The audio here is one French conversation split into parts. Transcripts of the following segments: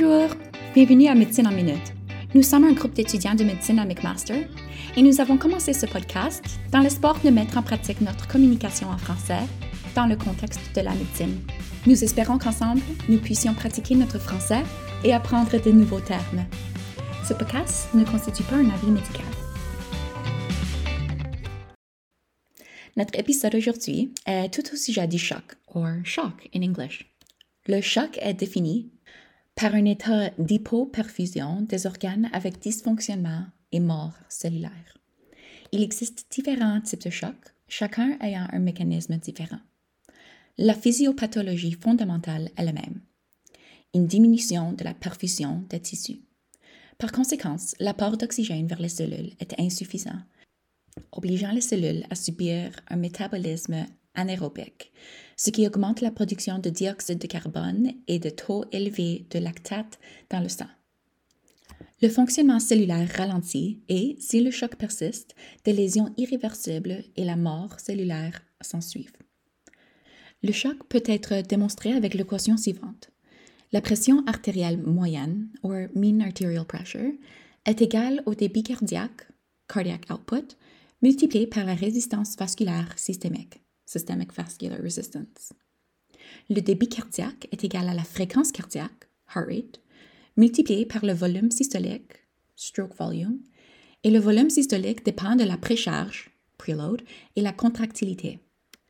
Bonjour, bienvenue à Médecine en Minutes. Nous sommes un groupe d'étudiants de médecine à McMaster et nous avons commencé ce podcast dans l'espoir de mettre en pratique notre communication en français dans le contexte de la médecine. Nous espérons qu'ensemble, nous puissions pratiquer notre français et apprendre de nouveaux termes. Ce podcast ne constitue pas un avis médical. Notre épisode aujourd'hui est tout au sujet du choc, or shock in English. Le choc est défini par un état d'hypoperfusion des organes avec dysfonctionnement et mort cellulaire. Il existe différents types de chocs, chacun ayant un mécanisme différent. La physiopathologie fondamentale est la même, une diminution de la perfusion des tissus. Par conséquent, l'apport d'oxygène vers les cellules est insuffisant, obligeant les cellules à subir un métabolisme anaérobique, ce qui augmente la production de dioxyde de carbone et de taux élevés de lactate dans le sang. Le fonctionnement cellulaire ralentit et, si le choc persiste, des lésions irréversibles et la mort cellulaire s'ensuivent. Le choc peut être démontré avec l'équation suivante. La pression artérielle moyenne, or mean arterial pressure, est égale au débit cardiaque, cardiac output, multiplié par la résistance vasculaire systémique, systemic vascular resistance. Le débit cardiaque est égal à la fréquence cardiaque, heart rate, multiplié par le volume systolique, stroke volume, et le volume systolique dépend de la précharge, preload, et la contractilité.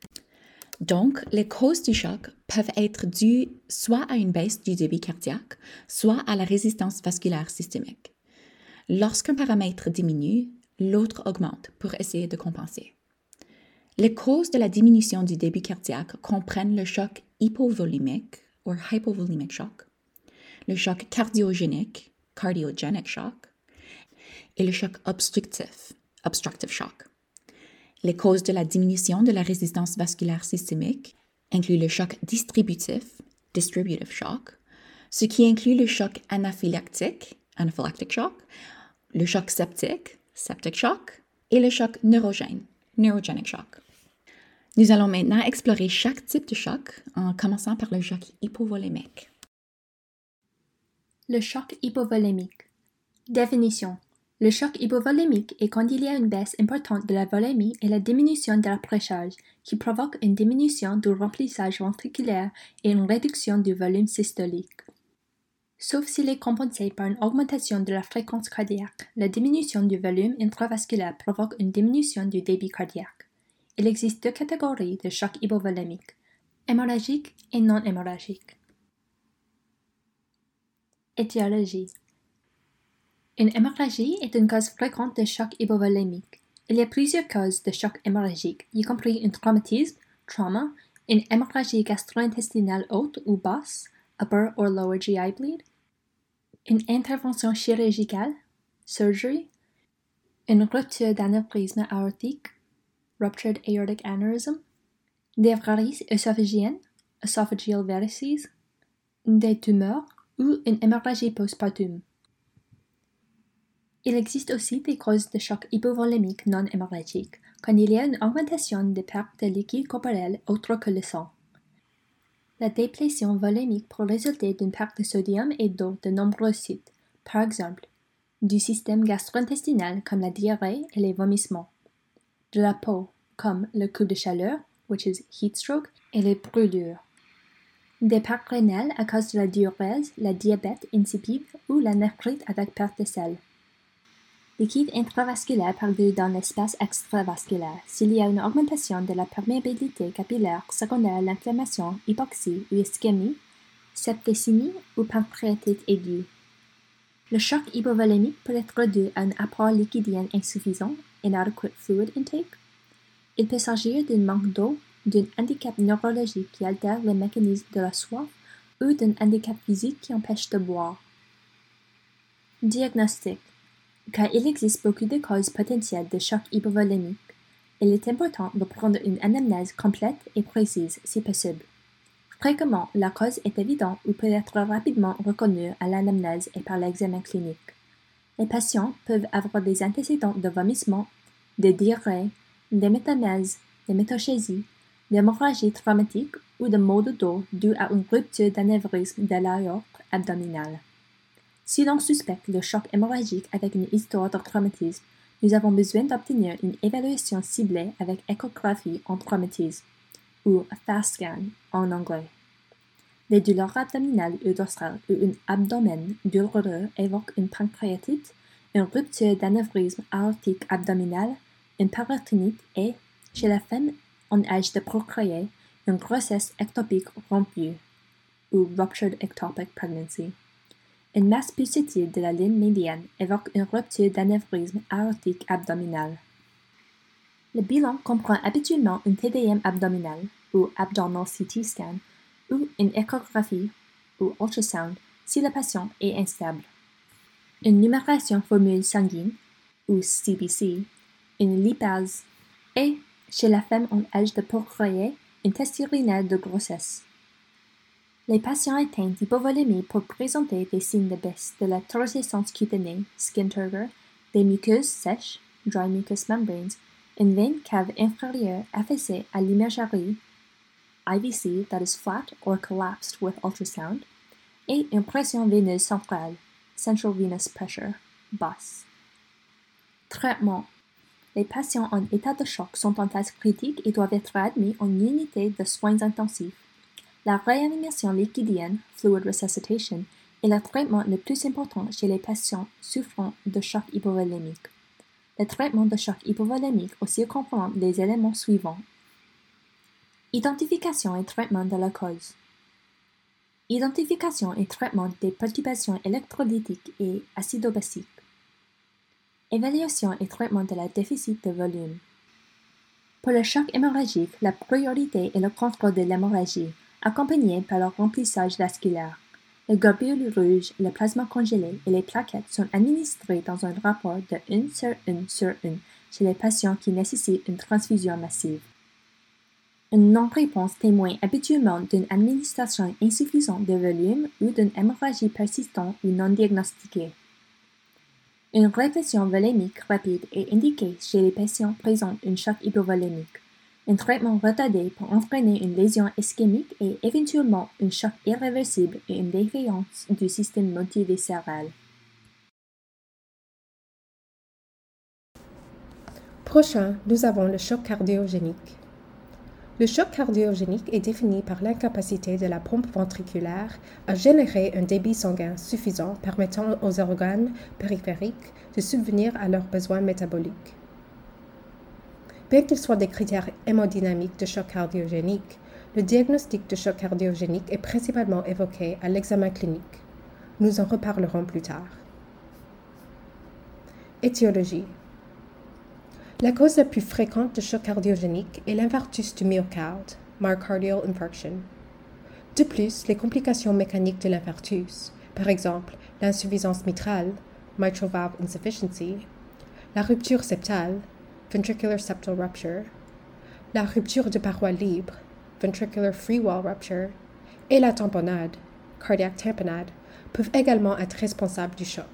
Donc, les causes du choc peuvent être dues soit à une baisse du débit cardiaque, soit à la résistance vasculaire systémique. Lorsqu'un paramètre diminue, l'autre augmente pour essayer de compenser. Les causes de la diminution du débit cardiaque comprennent le choc hypovolimique, ou hypovolemic shock, le choc cardiogénique, cardiogenic shock, et le choc obstructif, obstructive shock. Les causes de la diminution de la résistance vasculaire systémique incluent le choc distributif, distributive shock, ce qui inclut le choc anaphylactique, anaphylactic shock, le choc septique, septic shock, et le choc neurogène, neurogenic shock. Nous allons maintenant explorer chaque type de choc en commençant par le choc hypovolémique. Le choc hypovolémique. Définition. Le choc hypovolémique est quand il y a une baisse importante de la volémie et la diminution de la précharge qui provoque une diminution du remplissage ventriculaire et une réduction du volume systolique. Sauf s'il est compensé par une augmentation de la fréquence cardiaque, la diminution du volume intravasculaire provoque une diminution du débit cardiaque. Il existe deux catégories de choc hypovolémique, hémorragique et non hémorragique. Étiologie. Une hémorragie est une cause fréquente de choc hypovolémique. Il y a plusieurs causes de choc hémorragique, y compris un traumatisme, trauma, une hémorragie gastro-intestinale haute ou basse, upper or lower GI bleed, une intervention chirurgicale, surgery, une rupture d'anévrisme aortique, ruptured aortic aneurysm, des varices œsophagiennes, esophageal varices, des tumeurs ou une hémorragie postpartum. Il existe aussi des causes de choc hypovolémique non hémorragique, quand il y a une augmentation des pertes de liquide corporel autre que le sang. La déplétion volémique peut résulter d'une perte de sodium et d'eau de nombreux sites, par exemple, du système gastro-intestinal comme la diarrhée et les vomissements, de la peau comme le coup de chaleur, which is heat stroke, et les brûlures, des pertes rénales à cause de la diurèse, la diabète insipide ou la néphrite avec perte de sel. Liquide intravasculaire perdu dans l'espace extravasculaire s'il y a une augmentation de la perméabilité capillaire secondaire à l'inflammation, hypoxie ou ischémie, septicémie ou pancréatite aiguë. Le choc hypovolémique peut être dû à un apport liquidien insuffisant, inadequate fluid intake. Il peut s'agir d'un manque d'eau, d'un handicap neurologique qui altère les mécanismes de la soif ou d'un handicap physique qui empêche de boire. Diagnostic. Car il existe beaucoup de causes potentielles de choc hypovolémique, il est important de prendre une anamnèse complète et précise si possible. Fréquemment, la cause est évidente ou peut être rapidement reconnue à l'anamnèse et par l'examen clinique. Les patients peuvent avoir des antécédents de vomissement, de diarrhée, des métamèses, des métachésies, d'hémorragie traumatique ou de maux de dos dus à une rupture d'anévrisme de l'aorte abdominale. Si l'on suspecte le choc hémorragique avec une histoire de traumatisme, nous avons besoin d'obtenir une évaluation ciblée avec échographie en traumatisme, ou FAST scan en anglais. Les douleurs abdominales ou dorsales ou un abdomen douloureux évoquent une pancréatite, une rupture d'anévrisme aortique abdominal, une péritonite et, chez la femme en âge de procréer, une grossesse ectopique rompue, ou ruptured ectopic pregnancy. Une masse positive de la ligne médiane évoque une rupture d'anévrisme aortique abdominal. Le bilan comprend habituellement une TDM abdominal, ou abdominal CT scan, ou une échographie, ou ultrasound, si le patient est instable. Une numération formule sanguine, ou CBC, une lipase, et, chez la femme en âge de procréer, une test urinaire de grossesse. Les patients atteints d'hypovolémie peuvent présenter des signes de baisse de la turgescence cutanée, skin turgor, des muqueuses sèches, dry mucous membranes, une veine cave inférieure affaissée à l'imagerie, IVC that is flat or collapsed with ultrasound, et une pression veineuse centrale, central venous pressure, basse. Traitement. Les patients en état de choc sont en phase critique et doivent être admis en unité de soins intensifs. La réanimation liquidienne, fluid resuscitation, est le traitement le plus important chez les patients souffrant de choc hypovolémique. Le traitement de choc hypovolémique aussi comprend les éléments suivants. Identification et traitement de la cause. Identification et traitement des perturbations électrolytiques et acidobasiques. Évaluation et traitement de la déficit de volume. Pour le choc hémorragique, la priorité est le contrôle de l'hémorragie, accompagné par le remplissage vasculaire. Le globule rouge, le plasma congelé et les plaquettes sont administrés dans un rapport de 1 sur 1 sur 1 chez les patients qui nécessitent une transfusion massive. Une non-réponse témoigne habituellement d'une administration insuffisante de volume ou d'une hémorragie persistante ou non diagnostiquée. Une régression volémique rapide est indiquée chez les patients présentant un choc hypovolémique. Un traitement retardé peut entraîner une lésion ischémique et éventuellement un choc irréversible et une défaillance du système multiviscéral. Prochain, nous avons le choc cardiogénique. Le choc cardiogénique est défini par l'incapacité de la pompe ventriculaire à générer un débit sanguin suffisant permettant aux organes périphériques de subvenir à leurs besoins métaboliques. Bien qu'il soit des critères hémodynamiques de choc cardiogénique, le diagnostic de choc cardiogénique est principalement évoqué à l'examen clinique. Nous en reparlerons plus tard. Étiologie. La cause la plus fréquente de choc cardiogénique est l'infarctus du myocarde, myocardial infarction. De plus, les complications mécaniques de l'infarctus, par exemple l'insuffisance mitrale, mitral valve insufficiency, la rupture septale, ventricular septal rupture, la rupture de parois libre, ventricular free wall rupture, et la tamponnade, cardiac tamponade, peuvent également être responsables du choc.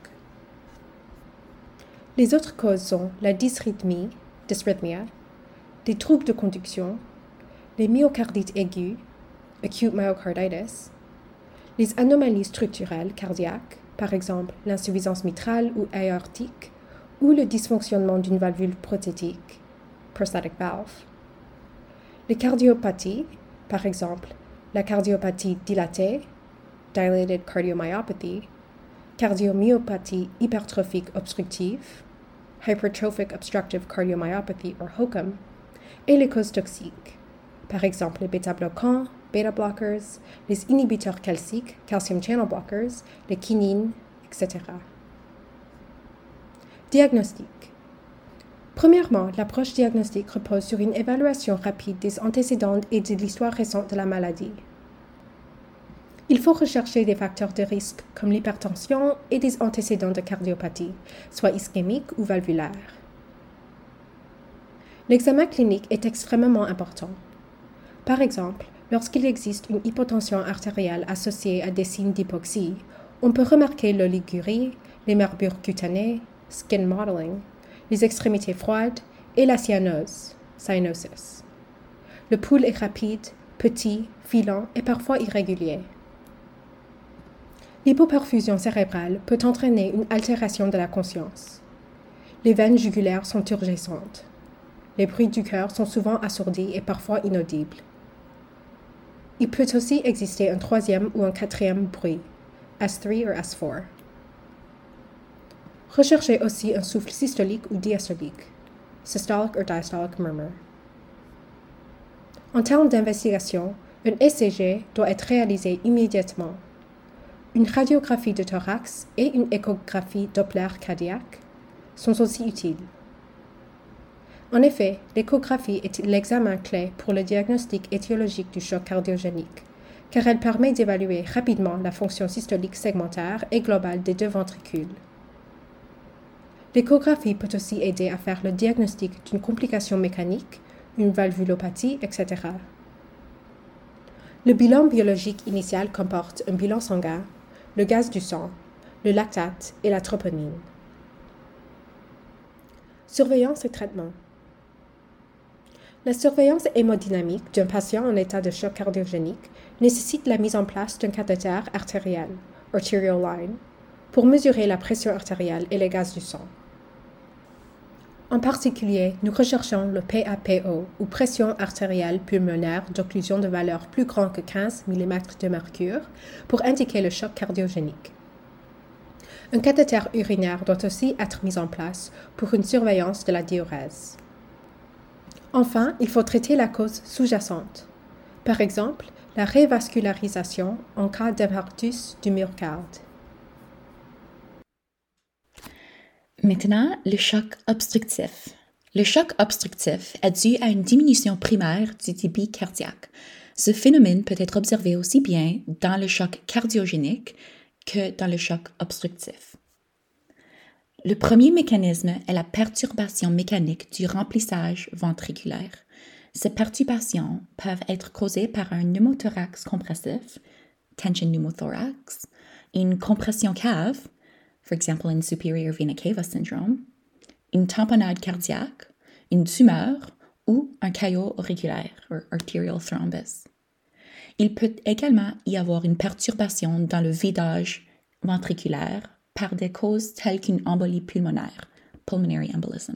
Les autres causes sont la dysrhythmie, dysrhythmia, les troubles de conduction, les myocardites aigus, acute myocarditis, les anomalies structurelles cardiaques, par exemple l'insuffisance mitrale ou aortique, ou le dysfonctionnement d'une valvule prothétique, prosthetic valve. Les cardiopathies, par exemple la cardiopathie dilatée, dilated cardiomyopathy, cardiomyopathie hypertrophique obstructive, hypertrophic obstructive cardiomyopathy or HOCM, et les causes toxiques, par exemple les bêta-bloquants, bêta-blockers, les inhibiteurs calciques, calcium channel blockers, les kinines, etc. Diagnostic. Premièrement, l'approche diagnostique repose sur une évaluation rapide des antécédents et de l'histoire récente de la maladie. Il faut rechercher des facteurs de risque comme l'hypertension et des antécédents de cardiopathie, soit ischémiques ou valvulaires. L'examen clinique est extrêmement important. Par exemple, lorsqu'il existe une hypotension artérielle associée à des signes d'hypoxie, on peut remarquer l'oligurie, les nervures cutanées, skin modeling, les extrémités froides et la cyanose, cyanosis. Le pouls est rapide, petit, filant et parfois irrégulier. L'hypoperfusion cérébrale peut entraîner une altération de la conscience. Les veines jugulaires sont turgescentes. Les bruits du cœur sont souvent assourdis et parfois inaudibles. Il peut aussi exister un troisième ou un quatrième bruit, S3 ou S4. Recherchez aussi un souffle systolique ou diastolique, systolic or diastolic murmur. En termes d'investigation, un ECG doit être réalisé immédiatement. Une radiographie de thorax et une échographie Doppler cardiaque sont aussi utiles. En effet, l'échographie est l'examen clé pour le diagnostic étiologique du choc cardiogénique, car elle permet d'évaluer rapidement la fonction systolique segmentaire et globale des deux ventricules. L'échographie peut aussi aider à faire le diagnostic d'une complication mécanique, une valvulopathie, etc. Le bilan biologique initial comporte un bilan sanguin, le gaz du sang, le lactate et la troponine. Surveillance et traitement. La surveillance hémodynamique d'un patient en état de choc cardiogénique nécessite la mise en place d'un cathéter artériel, arterial line, pour mesurer la pression artérielle et les gaz du sang. En particulier, nous recherchons le PaPO, ou pression artérielle pulmonaire d'occlusion de valeur plus grande que 15 mm de mercure, pour indiquer le choc cardiogénique. Un cathéter urinaire doit aussi être mis en place pour une surveillance de la diurèse. Enfin, il faut traiter la cause sous-jacente. Par exemple, la révascularisation en cas d'infarctus du myocarde. Maintenant, le choc obstructif. Le choc obstructif est dû à une diminution primaire du débit cardiaque. Ce phénomène peut être observé aussi bien dans le choc cardiogénique que dans le choc obstructif. Le premier mécanisme est la perturbation mécanique du remplissage ventriculaire. Ces perturbations peuvent être causées par un pneumothorax compressif, tension pneumothorax, une compression cave, for example in superior vena cava syndrome, une tamponnade cardiaque, une tumeur ou un caillot auriculaire, or arterial thrombus. Il peut également y avoir une perturbation dans le vidage ventriculaire par des causes telles qu'une embolie pulmonaire, pulmonary embolism.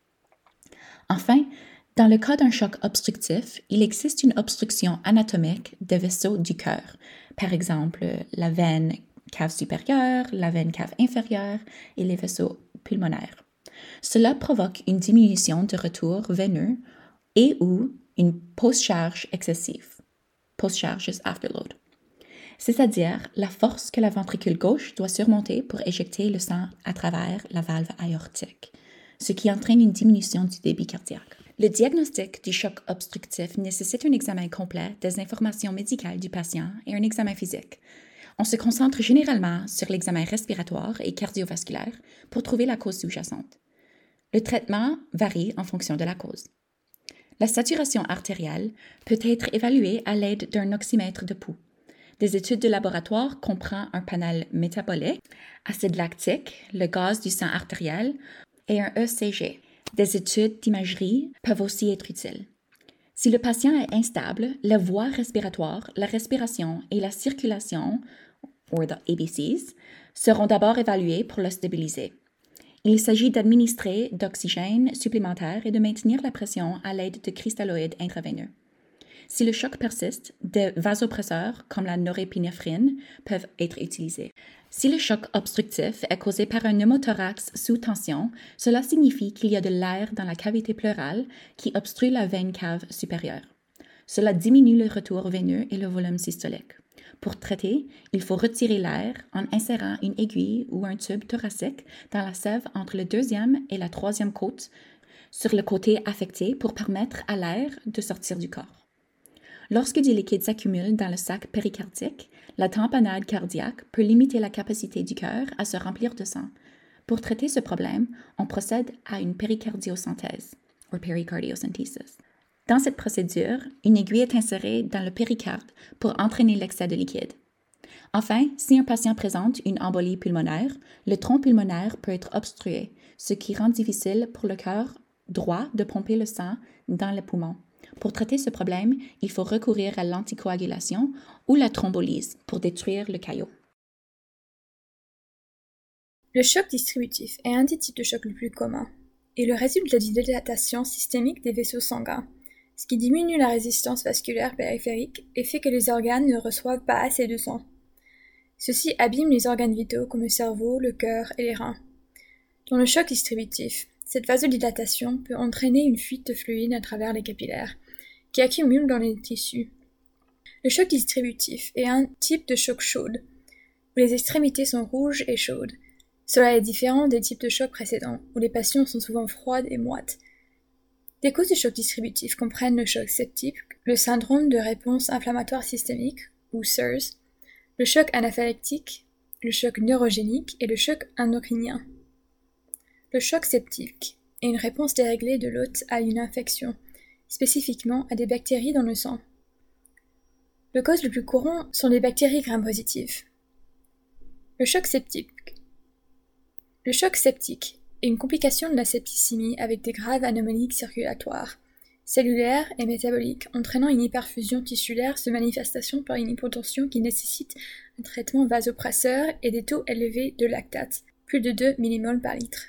Enfin, dans le cas d'un choc obstructif, il existe une obstruction anatomique des vaisseaux du cœur, par exemple la veine cave supérieure, la veine cave inférieure et les vaisseaux pulmonaires. Cela provoque une diminution de retour veineux et ou une post-charge excessive, post-charge afterload, c'est-à-dire la force que la ventricule gauche doit surmonter pour éjecter le sang à travers la valve aortique, ce qui entraîne une diminution du débit cardiaque. Le diagnostic du choc obstructif nécessite un examen complet des informations médicales du patient et un examen physique. On se concentre généralement sur l'examen respiratoire et cardiovasculaire pour trouver la cause sous-jacente. Le traitement varie en fonction de la cause. La saturation artérielle peut être évaluée à l'aide d'un oxymètre de pouls. Des études de laboratoire comprennent un panel métabolique, acide lactique, le gaz du sang artériel et un ECG. Des études d'imagerie peuvent aussi être utiles. Si le patient est instable, la voie respiratoire, la respiration et la circulation, or the ABCs, seront d'abord évaluées pour le stabiliser. Il s'agit d'administrer d'oxygène supplémentaire et de maintenir la pression à l'aide de cristalloïdes intraveineux. Si le choc persiste, des vasopresseurs comme la norépinéphrine peuvent être utilisés. Si le choc obstructif est causé par un pneumothorax sous tension, cela signifie qu'il y a de l'air dans la cavité pleurale qui obstrue la veine cave supérieure. Cela diminue le retour veineux et le volume systolique. Pour traiter, il faut retirer l'air en insérant une aiguille ou un tube thoracique dans la sève entre le deuxième et la troisième côte sur le côté affecté pour permettre à l'air de sortir du corps. Lorsque du liquide s'accumule dans le sac péricardique, la tamponnade cardiaque peut limiter la capacité du cœur à se remplir de sang. Pour traiter ce problème, on procède à une péricardiosynthèse, ou pericardiocentesis. Dans cette procédure, une aiguille est insérée dans le péricarde pour entraîner l'excès de liquide. Enfin, si un patient présente une embolie pulmonaire, le tronc pulmonaire peut être obstrué, ce qui rend difficile pour le cœur droit de pomper le sang dans les poumons. Pour traiter ce problème, il faut recourir à l'anticoagulation ou la thrombolyse pour détruire le caillot. Le choc distributif est un des types de choc le plus commun et le résulte de la dilatation systémique des vaisseaux sanguins, ce qui diminue la résistance vasculaire périphérique et fait que les organes ne reçoivent pas assez de sang. Ceci abîme les organes vitaux comme le cerveau, le cœur et les reins. Dans le choc distributif, cette vasodilatation peut entraîner une fuite de fluide à travers les capillaires, qui accumulent dans les tissus. Le choc distributif est un type de choc chaude, où les extrémités sont rouges et chaudes. Cela est différent des types de choc précédents, où les patients sont souvent froides et moites. Des causes du choc distributif comprennent le choc septique, le syndrome de réponse inflammatoire systémique, ou SIRS, le choc anaphylactique, le choc neurogénique et le choc endocrinien. Le choc septique est une réponse déréglée de l'hôte à une infection, spécifiquement à des bactéries dans le sang. Le cause le plus courant sont les bactéries gram-positives. Le choc septique. Le choc septique est une complication de la septicémie avec des graves anomalies circulatoires, cellulaires et métaboliques, entraînant une hyperfusion tissulaire se manifestation par une hypotension qui nécessite un traitement vasopresseur et des taux élevés de lactate, plus de 2 mmol par litre.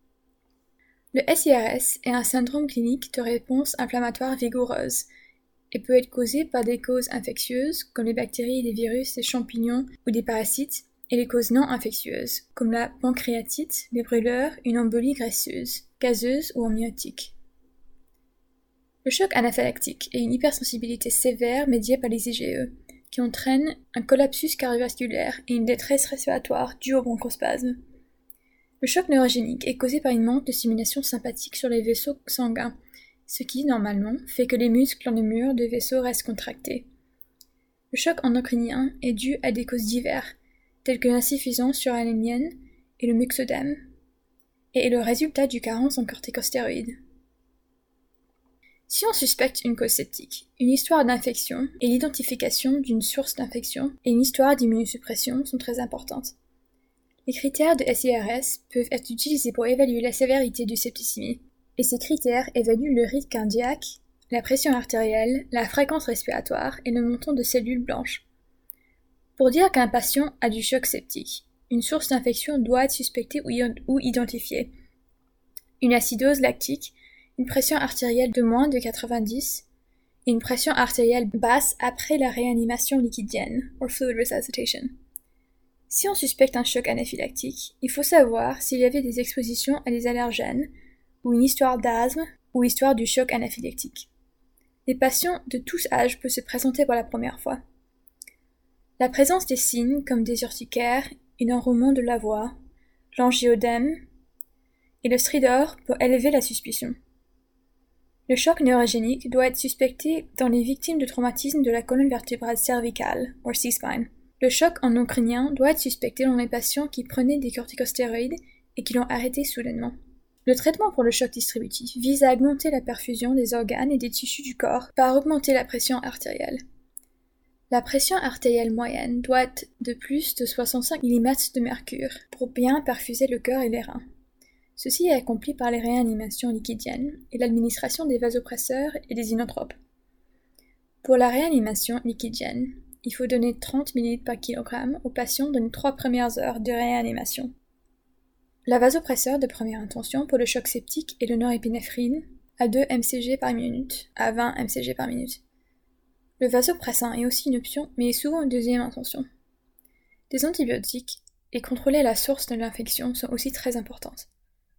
Le SIRS est un syndrome clinique de réponse inflammatoire vigoureuse et peut être causé par des causes infectieuses comme les bactéries, les virus, les champignons ou des parasites et les causes non infectieuses comme la pancréatite, les brûleurs, une embolie graisseuse, gazeuse ou amniotique. Le choc anaphylactique est une hypersensibilité sévère médiée par les IgE qui entraîne un collapsus cardiovasculaire et une détresse respiratoire due au bronchospasme. Le choc neurogénique est causé par une manque de stimulation sympathique sur les vaisseaux sanguins, ce qui, normalement, fait que les muscles dans les murs des vaisseaux restent contractés. Le choc endocrinien est dû à des causes diverses, telles que l'insuffisance surrénalienne et le myxodème, et est le résultat du carence en corticostéroïdes. Si on suspecte une cause septique, une histoire d'infection et l'identification d'une source d'infection et une histoire d'immunosuppression sont très importantes. Les critères de SIRS peuvent être utilisés pour évaluer la sévérité du septicémie, et ces critères évaluent le rythme cardiaque, la pression artérielle, la fréquence respiratoire et le montant de cellules blanches. Pour dire qu'un patient a du choc septique, une source d'infection doit être suspectée ou identifiée. Une acidose lactique, une pression artérielle de moins de 90 et une pression artérielle basse après la réanimation liquidienne, or fluid resuscitation. Si on suspecte un choc anaphylactique, il faut savoir s'il y avait des expositions à des allergènes, ou une histoire d'asthme, ou histoire du choc anaphylactique. Les patients de tous âges peuvent se présenter pour la première fois. La présence des signes comme des urticaires, un enroulement de la voix, l'angiodème et le stridor peut élever la suspicion. Le choc neurogénique doit être suspecté dans les victimes de traumatisme de la colonne vertébrale cervicale, or C-spine. Le choc endocrinien doit être suspecté dans les patients qui prenaient des corticostéroïdes et qui l'ont arrêté soudainement. Le traitement pour le choc distributif vise à augmenter la perfusion des organes et des tissus du corps par augmenter la pression artérielle. La pression artérielle moyenne doit être de plus de 65 mm de mercure pour bien perfuser le cœur et les reins. Ceci est accompli par les réanimations liquidiennes et l'administration des vasopresseurs et des inotropes. Pour la réanimation liquidienne, il faut donner 30 ml par kg aux patients dans les 3 premières heures de réanimation. La vasopresseur de première intention pour le choc septique est le norépinéphrine à 2 mcg par minute à 20 mcg par minute. Le vasopressin est aussi une option, mais est souvent une deuxième intention. Des antibiotiques et contrôler la source de l'infection sont aussi très importantes.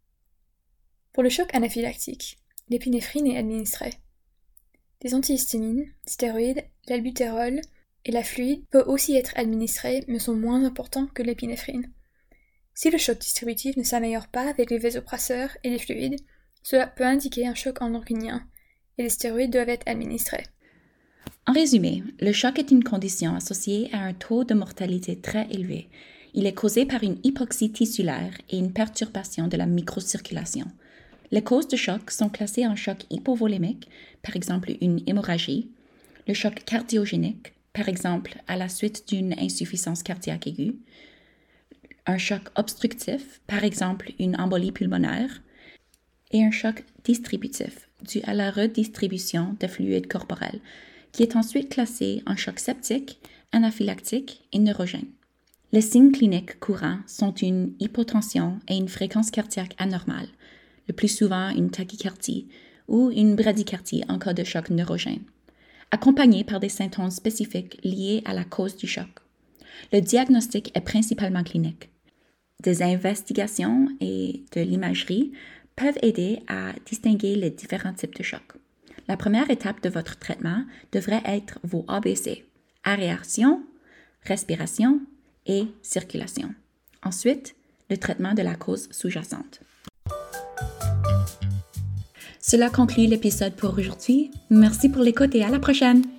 Pour le choc anaphylactique, l'épinéphrine est administrée. Des antihistamines, stéroïdes, l'albutérol et la fluide peuvent aussi être administrés mais sont moins importants que l'épinéphrine. Si le choc distributif ne s'améliore pas avec les vasopresseurs et les fluides, cela peut indiquer un choc endocrinien et les stéroïdes doivent être administrés. En résumé, le choc est une condition associée à un taux de mortalité très élevé. Il est causé par une hypoxie tissulaire et une perturbation de la microcirculation. Les causes de choc sont classées en choc hypovolémique, par exemple une hémorragie, le choc cardiogénique, par exemple à la suite d'une insuffisance cardiaque aiguë, un choc obstructif, par exemple une embolie pulmonaire, et un choc distributif, dû à la redistribution de fluide corporel, qui est ensuite classé en choc septique, anaphylactique et neurogène. Les signes cliniques courants sont une hypotension et une fréquence cardiaque anormale, le plus souvent une tachycardie ou une bradycardie en cas de choc neurogène, accompagnés par des symptômes spécifiques liés à la cause du choc. Le diagnostic est principalement clinique. Des investigations et de l'imagerie peuvent aider à distinguer les différents types de chocs. La première étape de votre traitement devrait être vos ABC, aération, respiration et circulation. Ensuite, le traitement de la cause sous-jacente. Cela conclut l'épisode pour aujourd'hui. Merci pour l'écoute et à la prochaine!